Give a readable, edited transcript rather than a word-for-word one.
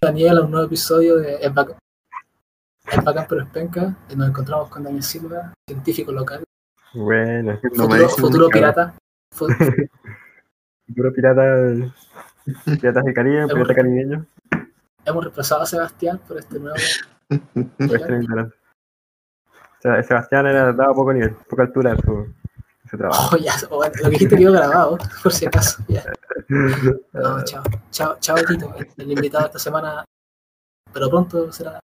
Daniel a un nuevo episodio de Es Bacán pero es penca. Nos encontramos con Daniel Silva, científico local. Bueno, futuro pirata. Futuro pirata. Piratas del Caribe, pirata caribeño. Hemos reemplazado a Sebastián por este nuevo. Sebastián daba poco nivel, poca altura en su trabajo. Lo que dijiste quedó grabado, por si acaso. Ya. No, chao, Tito, el invitado esta semana, pero pronto será